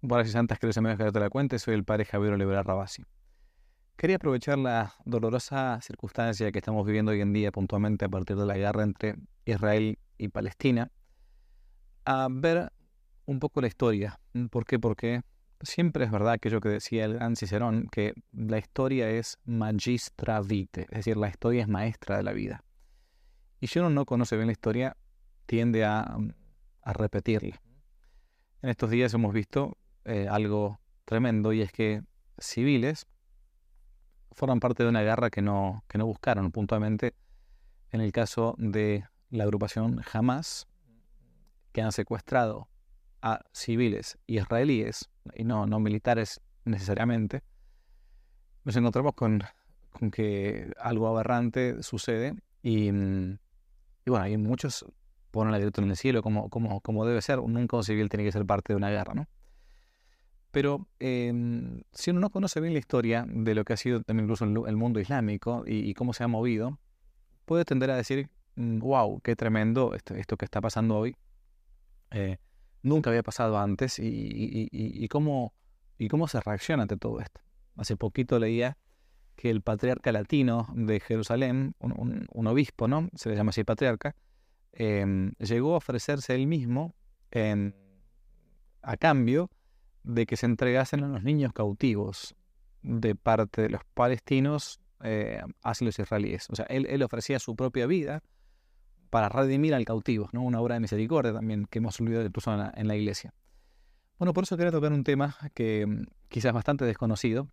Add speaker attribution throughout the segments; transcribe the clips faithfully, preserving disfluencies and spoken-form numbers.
Speaker 1: Buenas y santas, queridos amigos que te la cuente, soy el padre Javier Olivera Rabasi. Quería aprovechar la dolorosa circunstancia que estamos viviendo hoy en día, puntualmente a partir de la guerra entre Israel y Palestina, a ver un poco la historia. ¿Por qué? Porque siempre es verdad aquello que decía el gran Cicerón, que la historia es magistra vitae, es decir, la historia es maestra de la vida. Y si uno no conoce bien la historia, tiende a, a repetirla. En estos días hemos visto eh, algo tremendo, y es que civiles forman parte de una guerra que no, que no buscaron. Puntualmente, en el caso de la agrupación Hamas, que han secuestrado a civiles israelíes, y no, no militares necesariamente, nos encontramos con, con que algo aberrante sucede, y, y bueno, hay muchos ponen el grito en el cielo, como, como, como debe ser. Nunca un civil tiene que ser parte de una guerra, ¿no? Pero eh, si uno no conoce bien la historia de lo que ha sido también incluso el, el mundo islámico y, y cómo se ha movido, puede tender a decir, wow, qué tremendo esto, esto que está pasando hoy. Eh, nunca había pasado antes, y, y, y, y, cómo, y cómo se reacciona ante todo esto. Hace poquito leía que el patriarca latino de Jerusalén, un, un, un obispo, ¿no? Se le llama así patriarca, eh, llegó a ofrecerse él mismo en, a cambio de que se entregasen a los niños cautivos de parte de los palestinos eh, hacia los israelíes. O sea, él, él ofrecía su propia vida para redimir al cautivo, ¿no? Una obra de misericordia también que hemos olvidado incluso en la, en la iglesia. Bueno, por eso quería tocar un tema que quizás bastante desconocido,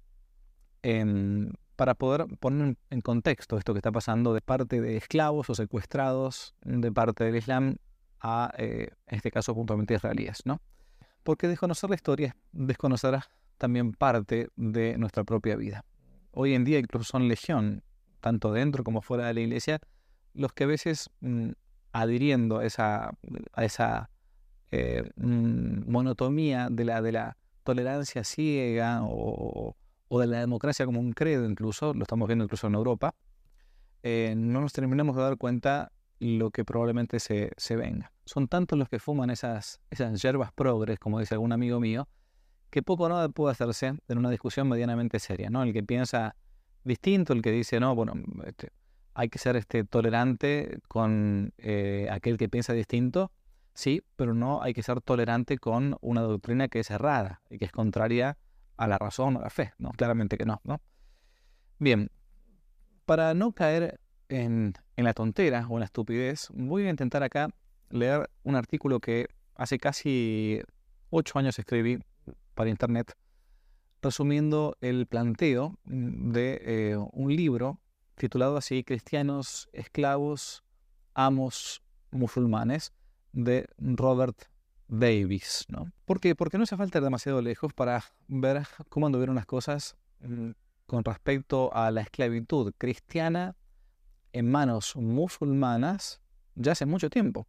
Speaker 1: en, para poder poner en contexto esto que está pasando de parte de esclavos o secuestrados de parte del Islam a, eh, en este caso, puntualmente israelíes, ¿no? Porque desconocer la historia es desconocer también parte de nuestra propia vida. Hoy en día incluso son legión, tanto dentro como fuera de la iglesia, los que a veces, mmm, adhiriendo a esa, a esa eh, mmm, monotomía de la, de la tolerancia ciega o, o de la democracia como un credo, incluso, lo estamos viendo incluso en Europa, eh, no nos terminamos de dar cuenta lo que probablemente se, se venga. Son tantos los que fuman esas, esas hierbas progres, como dice algún amigo mío, que poco o nada puede hacerse en una discusión medianamente seria, ¿no? El que piensa distinto, el que dice, no, bueno, este, hay que ser este, tolerante con eh, aquel que piensa distinto, sí, pero no hay que ser tolerante con una doctrina que es errada y que es contraria a la razón o a la fe, ¿no? Claramente que no, ¿no? Bien, para no caer en, en la tontera o en la estupidez, voy a intentar acá leer un artículo que hace casi ocho años escribí para internet, resumiendo el planteo de eh, un libro titulado así, Cristianos, Esclavos, Amos, Musulmanes, de Robert Davis, ¿no? ¿Por qué? Porque no hace falta ir demasiado lejos para ver cómo anduvieron las cosas mmm, con respecto a la esclavitud cristiana en manos musulmanas ya hace mucho tiempo.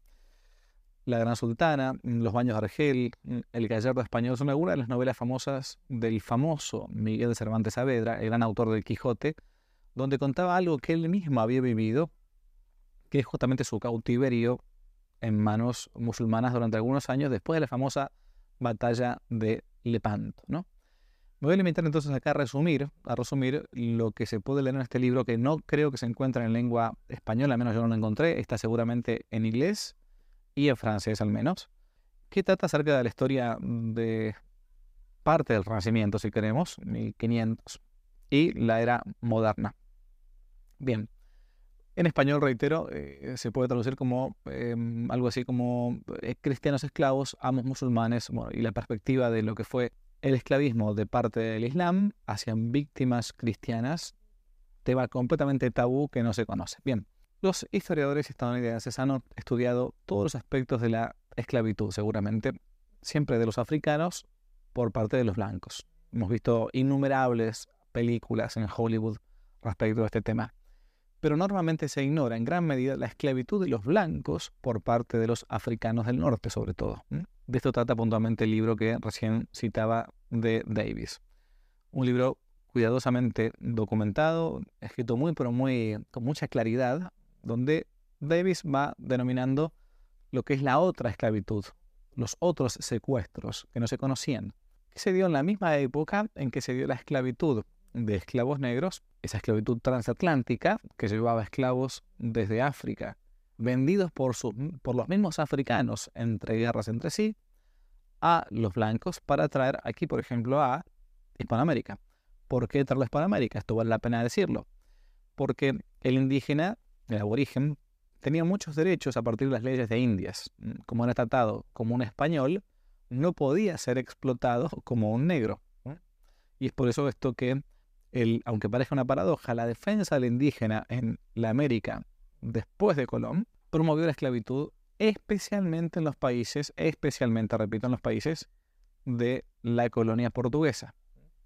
Speaker 1: La Gran Sultana, Los Baños de Argel, El Gallardo Español son algunas de las novelas famosas del famoso Miguel de Cervantes Saavedra, el gran autor del Quijote, donde contaba algo que él mismo había vivido, que es justamente su cautiverio en manos musulmanas durante algunos años después de la famosa batalla de Lepanto, ¿no? Me voy a limitar entonces acá a resumir, a resumir lo que se puede leer en este libro, que no creo que se encuentre en lengua española, al menos yo no lo encontré, está seguramente en inglés y en francés al menos, que trata acerca de la historia de parte del Renacimiento, si queremos, mil quinientos, y la era moderna. Bien, en español, reitero, eh, se puede traducir como eh, algo así como eh, cristianos esclavos, amos musulmanes, bueno, y la perspectiva de lo que fue el esclavismo de parte del Islam hacia víctimas cristianas, tema completamente tabú que no se conoce. Bien, los historiadores estadounidenses han estudiado todos los aspectos de la esclavitud, seguramente, siempre de los africanos por parte de los blancos. Hemos visto innumerables películas en Hollywood respecto a este tema. Pero normalmente se ignora en gran medida la esclavitud de los blancos por parte de los africanos del norte, sobre todo. De esto trata puntualmente el libro que recién citaba de Davis. Un libro cuidadosamente documentado, escrito muy, pero muy, con mucha claridad, donde Davis va denominando lo que es la otra esclavitud, los otros secuestros que no se conocían, que se dio en la misma época en que se dio la esclavitud de esclavos negros, esa esclavitud transatlántica que llevaba esclavos desde África, vendidos por, sus, por los mismos africanos entre guerras entre sí, a los blancos para traer aquí, por ejemplo, a Hispanoamérica. ¿Por qué traerlo a Hispanoamérica? Esto vale la pena decirlo. Porque el indígena, el aborigen, tenía muchos derechos a partir de las leyes de Indias. Como era tratado como un español, no podía ser explotado como un negro. Y es por eso esto que, el, aunque parezca una paradoja, la defensa del indígena en la América después de Colón promovió la esclavitud especialmente en los países, especialmente, repito, en los países de la colonia portuguesa.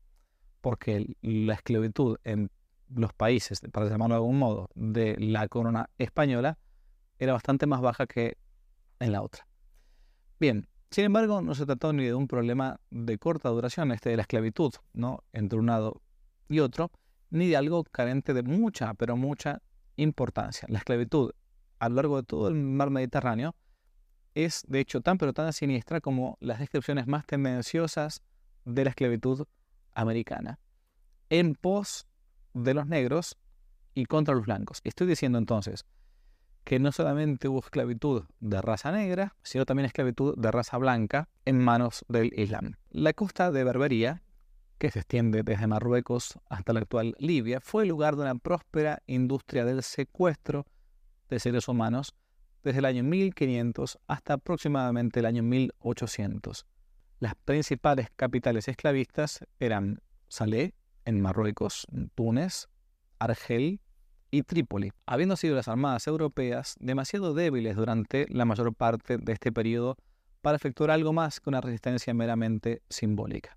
Speaker 1: Porque la esclavitud en los países, para llamarlo de algún modo, de la corona española era bastante más baja que en la otra. Bien, sin embargo, no se trató ni de un problema de corta duración, este de la esclavitud, ¿no?, entre un lado y otro, ni de algo carente de mucha, pero mucha importancia. La esclavitud a lo largo de todo el mar Mediterráneo es, de hecho, tan pero tan siniestra como las descripciones más tendenciosas de la esclavitud americana, en pos de los negros y contra los blancos. Estoy diciendo entonces que no solamente hubo esclavitud de raza negra, sino también esclavitud de raza blanca en manos del Islam. La costa de Berbería, que se extiende desde Marruecos hasta la actual Libia, fue el lugar de una próspera industria del secuestro de seres humanos desde el año mil quinientos hasta aproximadamente el año mil ochocientos. Las principales capitales esclavistas eran Salé, en Marruecos, Túnez, Argel y Trípoli, habiendo sido las armadas europeas demasiado débiles durante la mayor parte de este periodo para efectuar algo más que una resistencia meramente simbólica.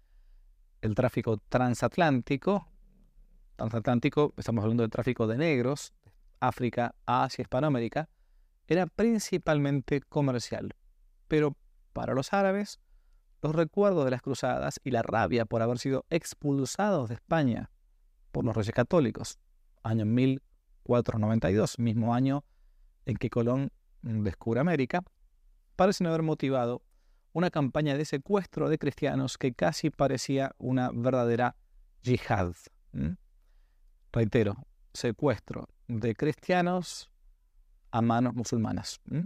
Speaker 1: El tráfico transatlántico, transatlántico, estamos hablando del tráfico de negros, África, Asia, Hispanoamérica, era principalmente comercial, pero para los árabes, los recuerdos de las cruzadas y la rabia por haber sido expulsados de España por los Reyes Católicos, año mil cuatrocientos noventa y dos, mismo año en que Colón descubre América, parecen haber motivado una campaña de secuestro de cristianos que casi parecía una verdadera yihad. ¿Mm? Reitero, secuestro de cristianos a manos musulmanas. ¿Mm?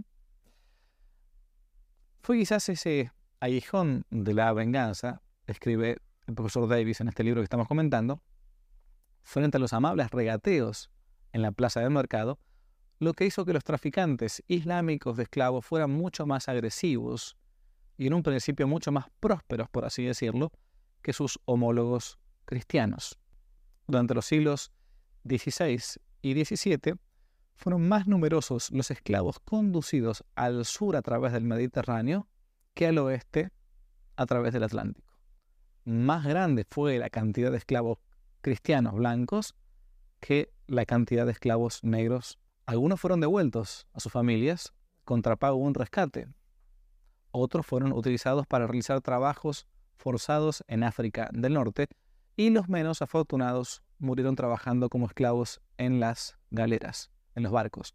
Speaker 1: Fue quizás ese aguijón de la venganza, escribe el profesor Davis en este libro que estamos comentando, frente a los amables regateos en la plaza del mercado, lo que hizo que los traficantes islámicos de esclavos fueran mucho más agresivos y en un principio mucho más prósperos, por así decirlo, que sus homólogos cristianos. Durante los siglos dieciséis y diecisiete fueron más numerosos los esclavos conducidos al sur a través del Mediterráneo que al oeste a través del Atlántico. Más grande fue la cantidad de esclavos cristianos blancos que la cantidad de esclavos negros. Algunos fueron devueltos a sus familias contra pago de un rescate. Otros fueron utilizados para realizar trabajos forzados en África del Norte y los menos afortunados murieron trabajando como esclavos en las galeras, en los barcos.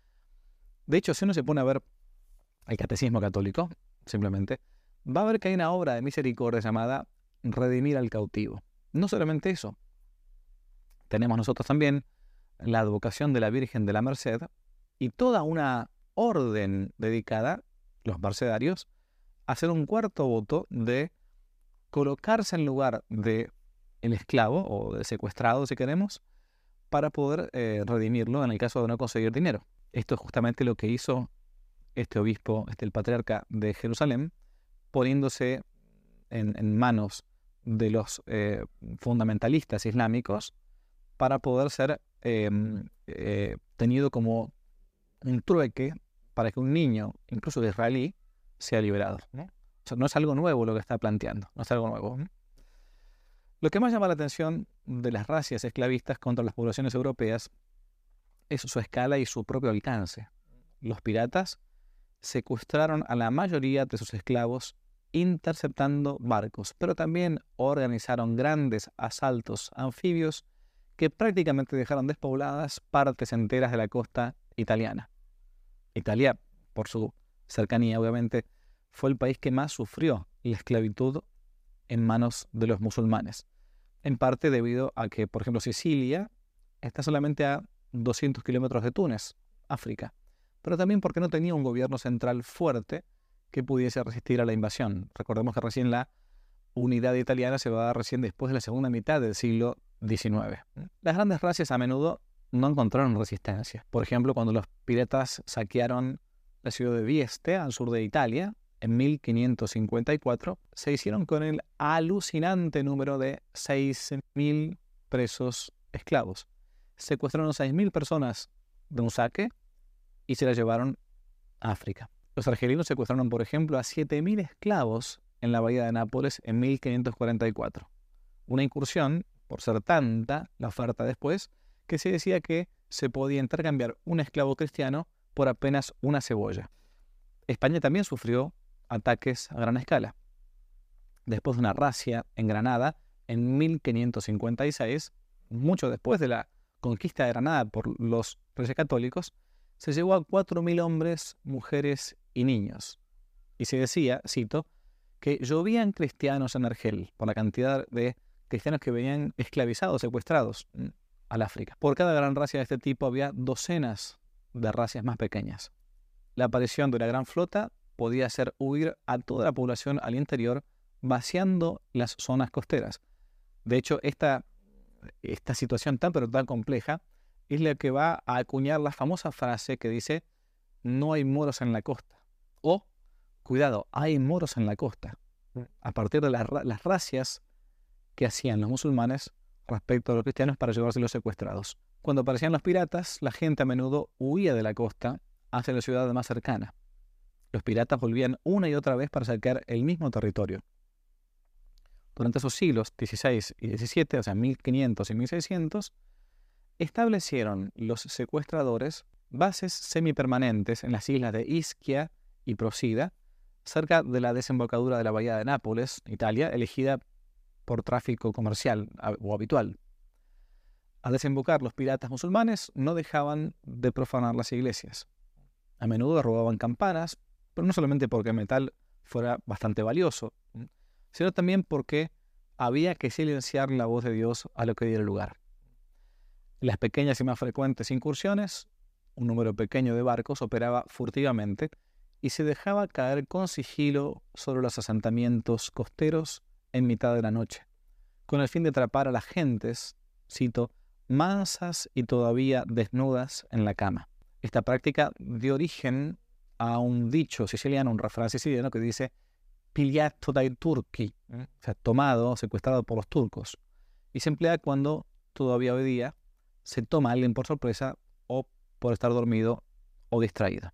Speaker 1: De hecho, si uno se pone a ver el Catecismo Católico, simplemente, va a ver que hay una obra de misericordia llamada Redimir al cautivo. No solamente eso, tenemos nosotros también la advocación de la Virgen de la Merced y toda una orden dedicada, los mercedarios, a hacer un cuarto voto de colocarse en lugar del esclavo o del secuestrado, si queremos, para poder eh, redimirlo en el caso de no conseguir dinero. Esto es justamente lo que hizo este obispo, este, el patriarca de Jerusalén, poniéndose en, en manos de los eh, fundamentalistas islámicos para poder ser eh, eh, tenido como un trueque para que un niño, incluso israelí, sea liberado, ¿no? O sea, no es algo nuevo lo que está planteando, no es algo nuevo, ¿no? Lo que más llama la atención de las racias esclavistas contra las poblaciones europeas es su escala y su propio alcance. Los piratas secuestraron a la mayoría de sus esclavos interceptando barcos, pero también organizaron grandes asaltos anfibios que prácticamente dejaron despobladas partes enteras de la costa italiana. Italia, por su cercanía, obviamente, fue el país que más sufrió la esclavitud en manos de los musulmanes. En parte debido a que, por ejemplo, Sicilia está solamente a doscientos kilómetros de Túnez, África, pero también porque no tenía un gobierno central fuerte que pudiese resistir a la invasión. Recordemos que recién la unidad italiana se va a dar recién después de la segunda mitad del siglo diecinueve. Las grandes razzias a menudo no encontraron resistencia. Por ejemplo, cuando los piratas saquearon la ciudad de Vieste, al sur de Italia, en mil quinientos cincuenta y cuatro, se hicieron con el alucinante número de seis mil presos esclavos. Secuestraron a seis mil personas de un saque y se las llevaron a África. Los argelinos secuestraron, por ejemplo, a siete mil esclavos en la bahía de Nápoles en mil quinientos cuarenta y cuatro. Una incursión, por ser tanta la oferta después, que se decía que se podía intercambiar un esclavo cristiano por apenas una cebolla. España también sufrió ataques a gran escala. Después de una razzia en Granada, en mil quinientos cincuenta y seis, mucho después de la conquista de Granada por los reyes católicos, se llevó a cuatro mil hombres, mujeres y niños. Y se decía, cito, que llovían cristianos en Argel por la cantidad de cristianos que venían esclavizados, secuestrados al África. Por cada gran razzia de este tipo había docenas de razzias más pequeñas. La aparición de una gran flota podía hacer huir a toda la población al interior, vaciando las zonas costeras. De hecho, esta, esta situación tan pero tan compleja es la que va a acuñar la famosa frase que dice: no hay moros en la costa. O, cuidado, hay moros en la costa. A partir de las, las razzias que hacían los musulmanes respecto a los cristianos para llevarse los secuestrados. Cuando aparecían los piratas, la gente a menudo huía de la costa hacia la ciudad más cercana. Los piratas volvían una y otra vez para saquear el mismo territorio. Durante esos siglos dieciséis y diecisiete, o sea, mil quinientos y mil seiscientos, establecieron los secuestradores bases semipermanentes en las islas de Ischia y Procida, cerca de la desembocadura de la bahía de Nápoles, Italia, elegida por tráfico comercial o habitual. Al desembocar, los piratas musulmanes no dejaban de profanar las iglesias. A menudo robaban campanas, pero no solamente porque el metal fuera bastante valioso, sino también porque había que silenciar la voz de Dios a lo que diera lugar. En las pequeñas y más frecuentes incursiones, un número pequeño de barcos operaba furtivamente y se dejaba caer con sigilo sobre los asentamientos costeros en mitad de la noche, con el fin de atrapar a las gentes, cito, mansas y todavía desnudas en la cama. Esta práctica dio origen a un dicho siciliano, un refrán siciliano que dice pigliato dai turchi, ¿eh? O sea, tomado, secuestrado por los turcos. Y se emplea cuando todavía hoy día se toma a alguien por sorpresa o por estar dormido o distraído.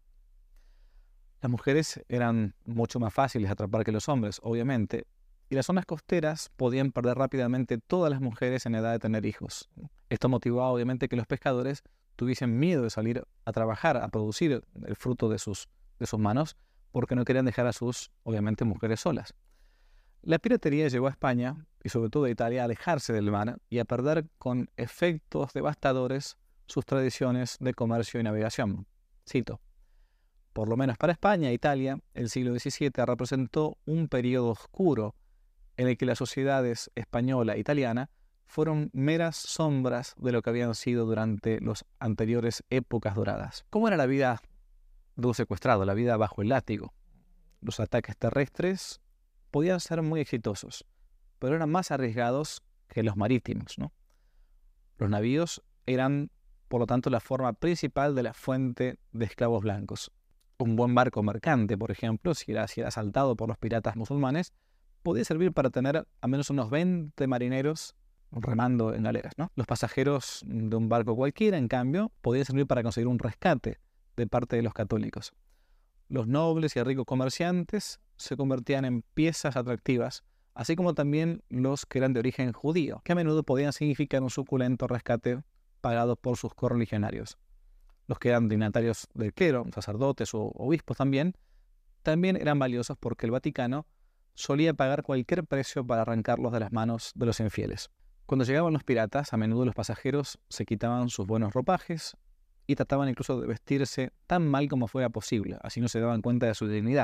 Speaker 1: Las mujeres eran mucho más fáciles de atrapar que los hombres, obviamente, y las zonas costeras podían perder rápidamente todas las mujeres en edad de tener hijos. Esto motivaba obviamente que los pescadores tuviesen miedo de salir a trabajar, a producir el fruto de sus, de sus manos, porque no querían dejar a sus, obviamente, mujeres solas. La piratería llevó a España, y sobre todo a Italia, a alejarse del mar y a perder con efectos devastadores sus tradiciones de comercio y navegación. Cito: por lo menos para España e Italia, el siglo diecisiete representó un periodo oscuro en el que las sociedades española e italiana fueron meras sombras de lo que habían sido durante las anteriores épocas doradas. ¿Cómo era la vida de un secuestrado, la vida bajo el látigo? Los ataques terrestres podían ser muy exitosos, pero eran más arriesgados que los marítimos, ¿no? Los navíos eran, por lo tanto, la forma principal de la fuente de esclavos blancos. Un buen barco mercante, por ejemplo, si era, si era asaltado por los piratas musulmanes, podía servir para tener a menos unos veinte marineros remando en galeras, ¿no? Los pasajeros de un barco cualquiera, en cambio, podían servir para conseguir un rescate de parte de los católicos. Los nobles y ricos comerciantes se convertían en piezas atractivas, así como también los que eran de origen judío, que a menudo podían significar un suculento rescate pagado por sus correligionarios. Los que eran dignatarios del clero, sacerdotes o obispos también, también eran valiosos porque el Vaticano solía pagar cualquier precio para arrancarlos de las manos de los infieles. Cuando llegaban los piratas, a menudo los pasajeros se quitaban sus buenos ropajes y trataban incluso de vestirse tan mal como fuera posible, así no se daban cuenta de su dignidad, ¿no?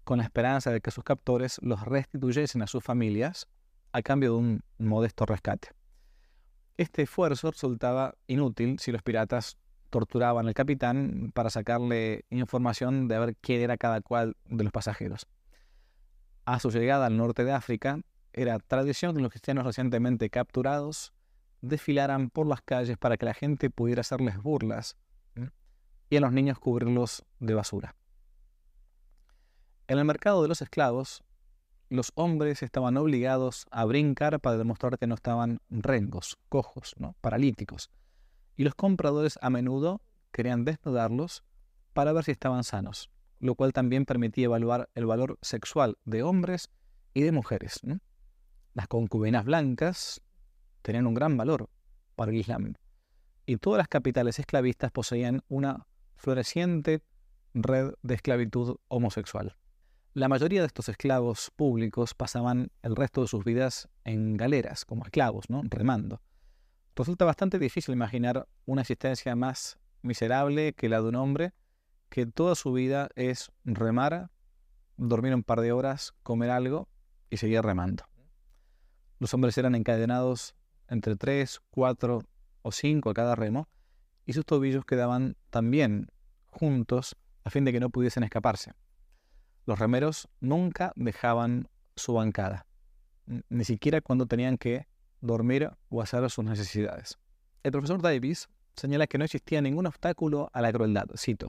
Speaker 1: con la esperanza de que sus captores los restituyesen a sus familias a cambio de un modesto rescate. Este esfuerzo resultaba inútil si los piratas torturaban al capitán para sacarle información de ver quién era cada cual de los pasajeros. A su llegada al norte de África, era tradición que los cristianos recientemente capturados desfilaran por las calles para que la gente pudiera hacerles burlas, ¿sí?, y a los niños cubrirlos de basura. En el mercado de los esclavos, los hombres estaban obligados a brincar para demostrar que no estaban rengos, cojos, ¿no?, paralíticos, y los compradores a menudo querían desnudarlos para ver si estaban sanos, lo cual también permitía evaluar el valor sexual de hombres y de mujeres, ¿no? Las concubinas blancas tenían un gran valor para el Islam, y todas las capitales esclavistas poseían una floreciente red de esclavitud homosexual. La mayoría de estos esclavos públicos pasaban el resto de sus vidas en galeras, como esclavos, ¿no?, remando. Resulta bastante difícil imaginar una existencia más miserable que la de un hombre que toda su vida es remar, dormir un par de horas, comer algo y seguir remando. Los hombres eran encadenados entre tres, cuatro o cinco a cada remo, y sus tobillos quedaban también juntos a fin de que no pudiesen escaparse. Los remeros nunca dejaban su bancada, ni siquiera cuando tenían que dormir o hacer sus necesidades. El profesor Davis señala que no existía ningún obstáculo a la crueldad. Cito: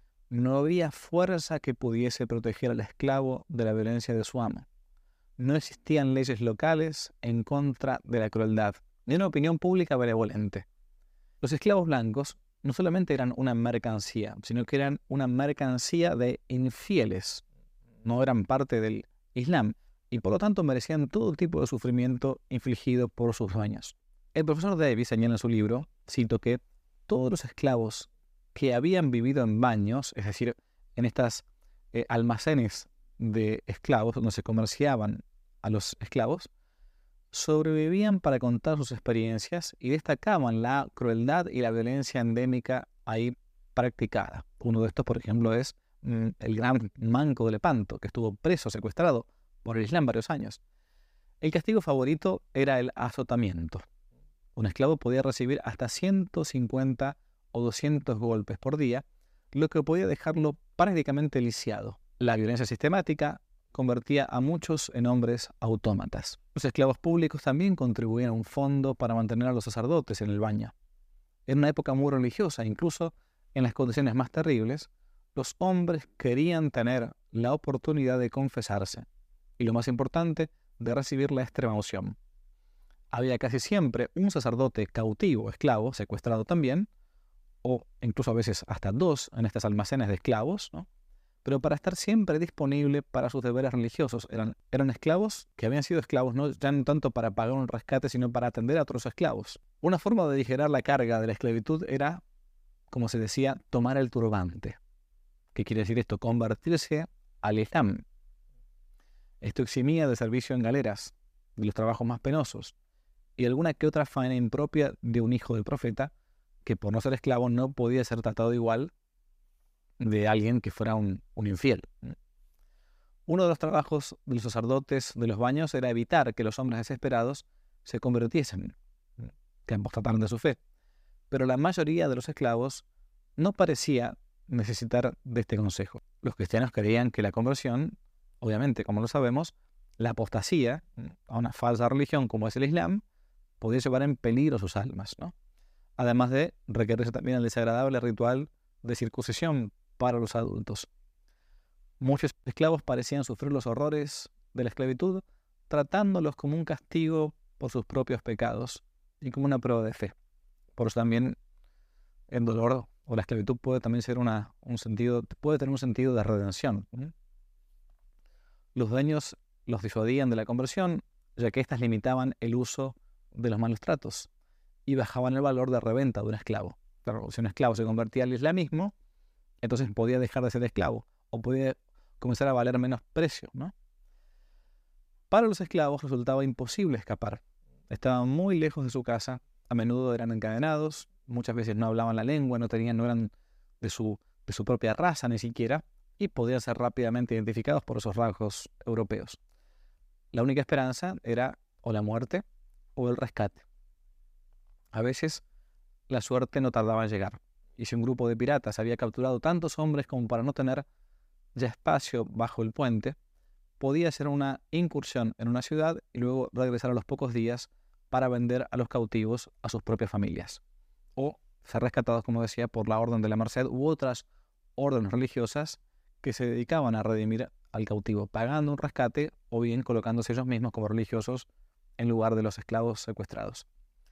Speaker 1: no había fuerza que pudiese proteger al esclavo de la violencia de su amo. No existían leyes locales en contra de la crueldad, ni una opinión pública benevolente. Los esclavos blancos no solamente eran una mercancía, sino que eran una mercancía de infieles. No eran parte del Islam y por lo tanto merecían todo tipo de sufrimiento infligido por sus dueños. El profesor Davis señala en su libro, cito, que todos los esclavos que habían vivido en baños, es decir, en estas eh, almacenes de esclavos donde se comerciaban a los esclavos, sobrevivían para contar sus experiencias y destacaban la crueldad y la violencia endémica ahí practicada. Uno de estos, por ejemplo, es mm, el gran Manco de Lepanto, que estuvo preso, secuestrado por el Islam varios años. El castigo favorito era el azotamiento. Un esclavo podía recibir hasta ciento cincuenta o doscientos golpes por día, lo que podía dejarlo prácticamente lisiado. La violencia sistemática convertía a muchos en hombres autómatas. Los esclavos públicos también contribuían a un fondo para mantener a los sacerdotes en el baño. En una época muy religiosa, incluso en las condiciones más terribles, los hombres querían tener la oportunidad de confesarse y, lo más importante, de recibir la extrema unción. Había casi siempre un sacerdote cautivo, esclavo, secuestrado también, o incluso a veces hasta dos en estos almacenes de esclavos, ¿no?, pero para estar siempre disponible para sus deberes religiosos. Eran, eran esclavos que habían sido esclavos no ya no tanto para pagar un rescate, sino para atender a otros esclavos. Una forma de aligerar la carga de la esclavitud era, como se decía, tomar el turbante. ¿Qué quiere decir esto? Convertirse al Islam. Esto eximía de servicio en galeras, de los trabajos más penosos, y alguna que otra faena impropia de un hijo del profeta, que por no ser esclavo no podía ser tratado igual de alguien que fuera un, un infiel. Uno de los trabajos de los sacerdotes de los baños era evitar que los hombres desesperados se convirtiesen, que apostataran de su fe. Pero la mayoría de los esclavos no parecía necesitar de este consejo. Los cristianos creían que la conversión, obviamente, como lo sabemos, la apostasía a una falsa religión como es el Islam, podía llevar en peligro sus almas, ¿no? Además de requerirse también el desagradable ritual de circuncisión para los adultos. Muchos esclavos parecían sufrir los horrores de la esclavitud, tratándolos como un castigo por sus propios pecados y como una prueba de fe. Por eso también el dolor o la esclavitud puede también ser una, un sentido, puede tener un sentido de redención. Los dueños los disuadían de la conversión, ya que éstas limitaban el uso de los malos tratos y bajaban el valor de reventa de un esclavo. Claro, si un esclavo se convertía al islamismo, entonces podía dejar de ser esclavo o podía comenzar a valer menos precio, ¿no? Para los esclavos resultaba imposible escapar. Estaban muy lejos de su casa, a menudo eran encadenados, muchas veces no hablaban la lengua, no tenían, no eran de su, de su propia raza ni siquiera, y podían ser rápidamente identificados por esos rasgos europeos. La única esperanza era o la muerte o el rescate. A veces la suerte no tardaba en llegar, y si un grupo de piratas había capturado tantos hombres como para no tener ya espacio bajo el puente, podía hacer una incursión en una ciudad y luego regresar a los pocos días para vender a los cautivos a sus propias familias, o ser rescatados, como decía, por la Orden de la Merced u otras órdenes religiosas que se dedicaban a redimir al cautivo, pagando un rescate o bien colocándose ellos mismos como religiosos en lugar de los esclavos secuestrados.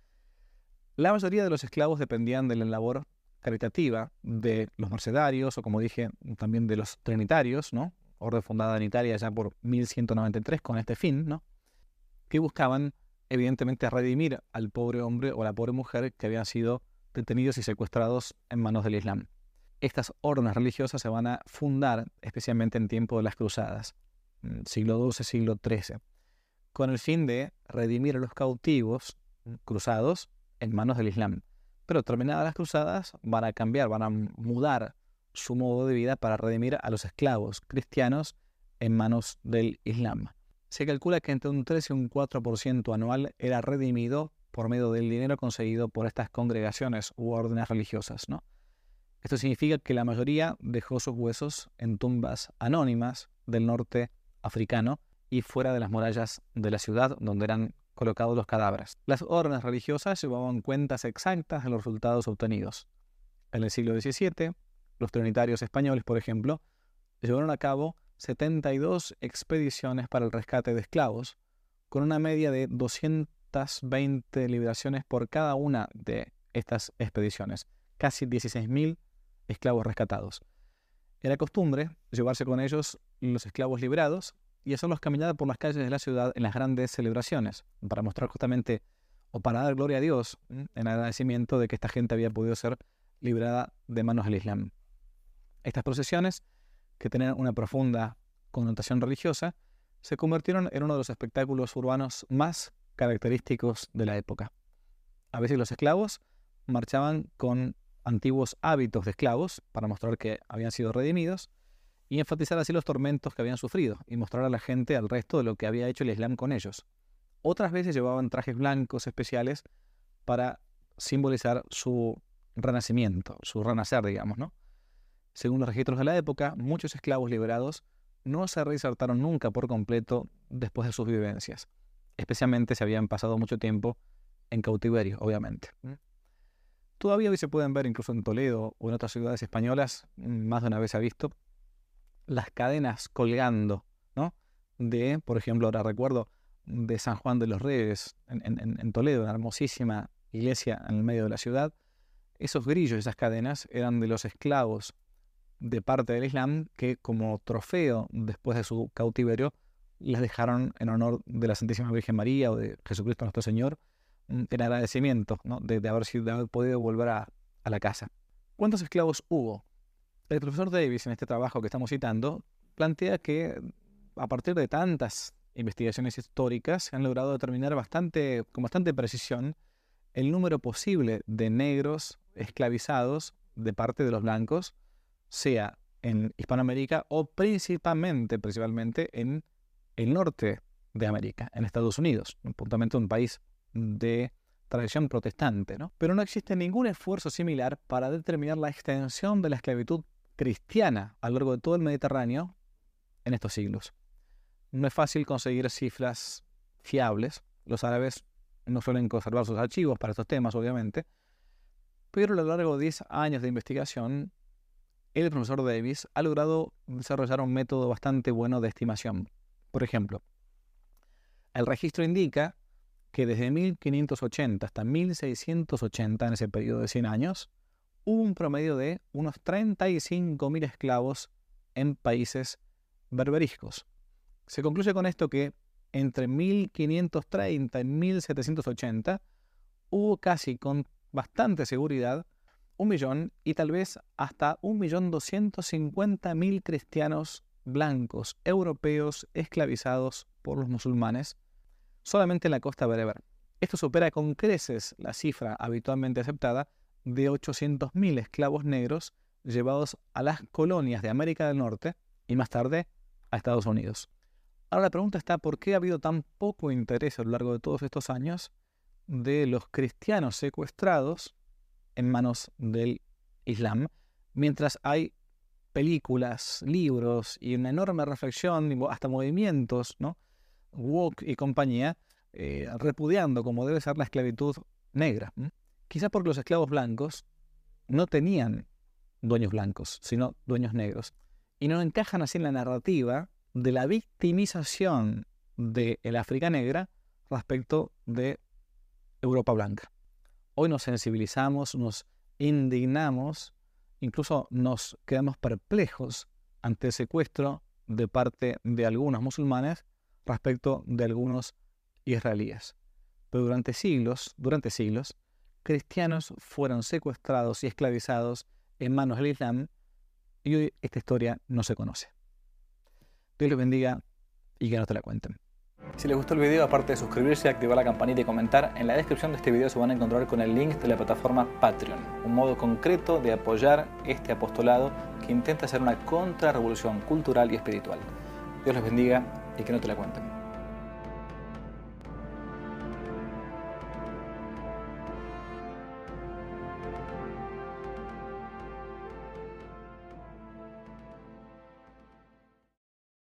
Speaker 1: La mayoría de los esclavos dependían de la labor caritativa de los mercedarios, o como dije, también de los trinitarios, ¿no? Orden fundada en Italia ya por mil ciento noventa y tres con este fin, ¿no? Que buscaban, evidentemente, redimir al pobre hombre o la pobre mujer que habían sido detenidos y secuestrados en manos del Islam. Estas órdenes religiosas se van a fundar especialmente en tiempo de las cruzadas, siglo doce, siglo trece, con el fin de redimir a los cautivos cruzados en manos del Islam. Pero terminadas las cruzadas van a cambiar, van a mudar su modo de vida para redimir a los esclavos cristianos en manos del Islam. Se calcula que entre un tres y un cuatro por ciento anual era redimido por medio del dinero conseguido por estas congregaciones u órdenes religiosas, ¿no? Esto significa que la mayoría dejó sus huesos en tumbas anónimas del norte africano y fuera de las murallas de la ciudad donde eran colocados los cadáveres. Las órdenes religiosas llevaban cuentas exactas de los resultados obtenidos. En el siglo diecisiete, los trinitarios españoles, por ejemplo, llevaron a cabo setenta y dos expediciones para el rescate de esclavos, con una media de doscientas veinte liberaciones por cada una de estas expediciones, casi dieciséis mil esclavos rescatados. Era costumbre llevarse con ellos los esclavos liberados y hacerlos caminar por las calles de la ciudad en las grandes celebraciones, para mostrar justamente, o para dar gloria a Dios, en agradecimiento de que esta gente había podido ser librada de manos del Islam. Estas procesiones, que tenían una profunda connotación religiosa, se convirtieron en uno de los espectáculos urbanos más característicos de la época. A veces los esclavos marchaban con antiguos hábitos de esclavos para mostrar que habían sido redimidos y enfatizar así los tormentos que habían sufrido y mostrar a la gente, al resto, de lo que había hecho el Islam con ellos. Otras veces llevaban trajes blancos especiales para simbolizar su renacimiento, su renacer, digamos, ¿no? Según los registros de la época, muchos esclavos liberados no se reinsertaron nunca por completo después de sus vivencias, especialmente si habían pasado mucho tiempo en cautiverio, obviamente. Todavía hoy se pueden ver, incluso en Toledo o en otras ciudades españolas, más de una vez se ha visto, las cadenas colgando, ¿no? De, por ejemplo, ahora recuerdo, de San Juan de los Reyes, en, en, en Toledo, una hermosísima iglesia en el medio de la ciudad. Esos grillos, esas cadenas, eran de los esclavos de parte del Islam que, como trofeo después de su cautiverio, las dejaron en honor de la Santísima Virgen María o de Jesucristo nuestro Señor, en agradecimiento, ¿no? de, de, haber sido, de haber podido volver a, a la casa. ¿Cuántos esclavos hubo? El profesor Davis, en este trabajo que estamos citando, plantea que a partir de tantas investigaciones históricas se han logrado determinar bastante, con bastante precisión el número posible de negros esclavizados de parte de los blancos, sea en Hispanoamérica o principalmente, principalmente en el norte de América, en Estados Unidos, puntualmente un país de tradición protestante, ¿no? Pero no existe ningún esfuerzo similar para determinar la extensión de la esclavitud cristiana a lo largo de todo el Mediterráneo en estos siglos. No es fácil conseguir cifras fiables. Los árabes no suelen conservar sus archivos para estos temas, obviamente, pero a lo largo de diez años de investigación, el profesor Davis ha logrado desarrollar un método bastante bueno de estimación. Por ejemplo, el registro indica que desde mil quinientos ochenta hasta mil seiscientos ochenta, en ese periodo de cien años, hubo un promedio de unos treinta y cinco mil esclavos en países berberiscos. Se concluye con esto que entre mil quinientos treinta y mil setecientos ochenta hubo casi con bastante seguridad un millón y tal vez hasta un millón doscientos cincuenta mil cristianos blancos europeos esclavizados por los musulmanes solamente en la costa bereber. Esto supera con creces la cifra habitualmente aceptada de ochocientos mil esclavos negros llevados a las colonias de América del Norte y más tarde a Estados Unidos. Ahora la pregunta está, ¿por qué ha habido tan poco interés a lo largo de todos estos años de los cristianos secuestrados en manos del Islam, mientras hay películas, libros y una enorme reflexión, hasta movimientos, ¿no?, woke y compañía, eh, repudiando como debe ser la esclavitud negra? ¿Mm? Quizás porque los esclavos blancos no tenían dueños blancos, sino dueños negros, y no encajan así en la narrativa de la victimización del África negra respecto de Europa blanca. Hoy nos sensibilizamos, nos indignamos, incluso nos quedamos perplejos ante el secuestro de parte de algunos musulmanes respecto de algunos israelíes. Pero durante siglos, durante siglos, cristianos fueron secuestrados y esclavizados en manos del Islam, y hoy esta historia no se conoce. Dios les bendiga y que no te la cuenten. Si les gustó el video, aparte de suscribirse, activar la campanita y comentar, en la descripción de este video se van a encontrar con el link de la plataforma Patreon, un modo concreto de apoyar este apostolado que intenta hacer una contrarrevolución cultural y espiritual. Dios les bendiga y que no te la cuenten.